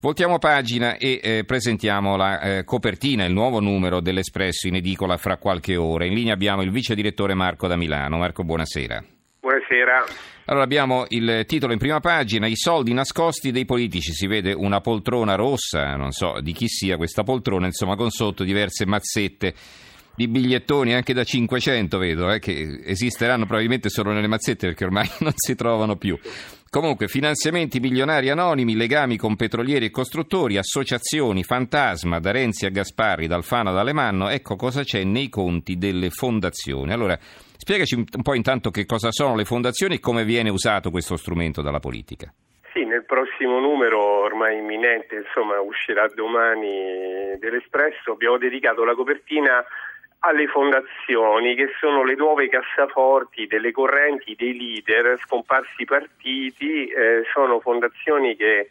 Voltiamo pagina e presentiamo la copertina, il nuovo numero dell'Espresso in edicola fra qualche ora. In linea abbiamo il vice direttore Marco da Milano. Marco, buonasera. Buonasera. Allora abbiamo il titolo in prima pagina, i soldi nascosti dei politici. Si vede una poltrona rossa, non so di chi sia questa poltrona, insomma con sotto diverse mazzette di bigliettoni anche da 500 vedo, che esisteranno probabilmente solo nelle mazzette perché ormai non si trovano più. Comunque, finanziamenti milionari anonimi, legami con petrolieri e costruttori, associazioni, fantasma, da Renzi a Gasparri, da Alfano ad Alemanno, ecco cosa c'è nei conti delle fondazioni. Allora, spiegaci un po' intanto che cosa sono le fondazioni e come viene usato questo strumento dalla politica. Sì, nel prossimo numero, ormai imminente, uscirà domani dell'Espresso, abbiamo dedicato la copertina alle fondazioni, che sono le nuove cassaforti delle correnti, dei leader, scomparsi partiti. Sono fondazioni che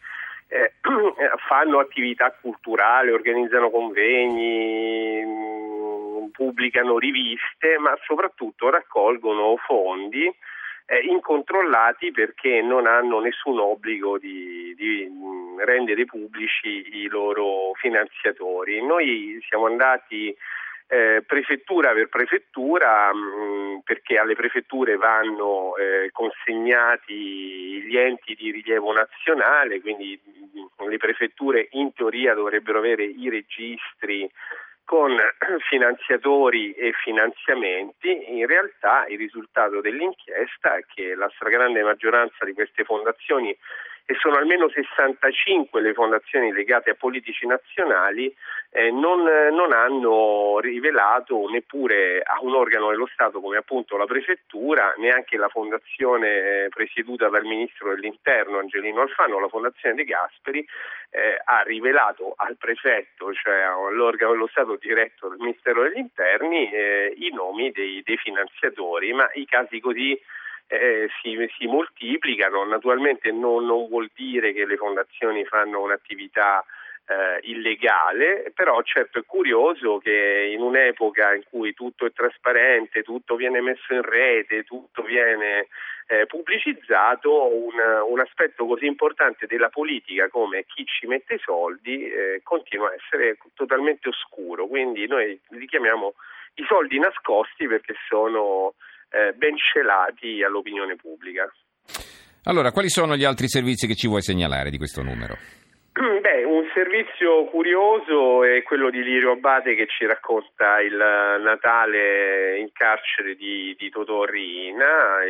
fanno attività culturale, organizzano convegni, pubblicano riviste, ma soprattutto raccolgono fondi incontrollati perché non hanno nessun obbligo di rendere pubblici i loro finanziatori. Noi siamo andati prefettura per prefettura, perché alle prefetture vanno consegnati gli enti di rilievo nazionale, quindi le prefetture in teoria dovrebbero avere i registri con finanziatori e finanziamenti. In realtà il risultato dell'inchiesta è che la stragrande maggioranza di queste fondazioni, e sono almeno 65 le fondazioni legate a politici nazionali, non hanno rivelato neppure a un organo dello Stato come appunto la prefettura, neanche la fondazione presieduta dal ministro dell'Interno Angelino Alfano, la fondazione De Gasperi, ha rivelato al prefetto, cioè all'organo dello Stato diretto dal Ministero degli Interni, i nomi dei finanziatori, ma i casi così si moltiplicano. Naturalmente non vuol dire che le fondazioni fanno un'attività illegale, però certo è curioso che in un'epoca in cui tutto è trasparente, tutto viene messo in rete, tutto viene pubblicizzato, un aspetto così importante della politica come chi ci mette i soldi continua a essere totalmente oscuro. Quindi noi li chiamiamo i soldi nascosti perché sono ben celati all'opinione pubblica. Allora, quali sono gli altri servizi che ci vuoi segnalare di questo numero? Un servizio curioso è quello di Lirio Abate, che ci racconta il Natale in carcere di Totò Riina,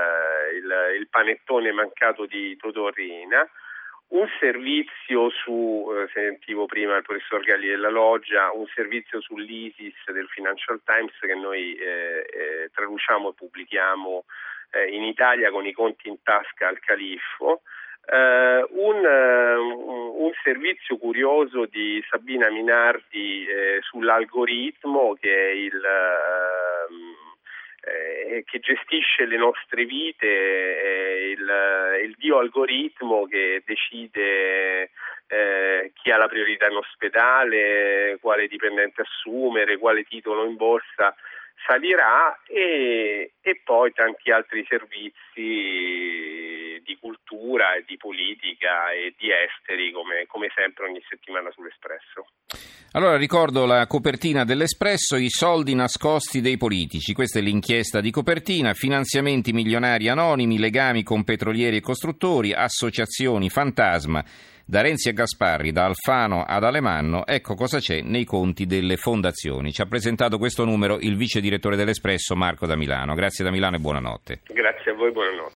il panettone mancato di Totò Riina. Un servizio sentivo prima il professor Galli della Loggia, un servizio sull'ISIS del Financial Times che noi traduciamo e pubblichiamo in Italia con i conti in tasca al califfo. Un servizio curioso di Sabina Minardi sull'algoritmo, che è che gestisce le nostre vite, il dio algoritmo che decide chi ha la priorità in ospedale, quale dipendente assumere, quale titolo in borsa salirà, e poi tanti altri servizi di cultura e di politica e di esteri come sempre ogni settimana sull'Espresso. Allora ricordo la copertina dell'Espresso, i soldi nascosti dei politici. Questa è l'inchiesta di copertina: finanziamenti milionari anonimi, legami con petrolieri e costruttori, associazioni fantasma, da Renzi a Gasparri, da Alfano ad Alemanno, ecco cosa c'è nei conti delle fondazioni. Ci ha presentato questo numero il vice direttore dell'Espresso Marco da Milano. Grazie da Milano e buonanotte. Grazie a voi, buonanotte.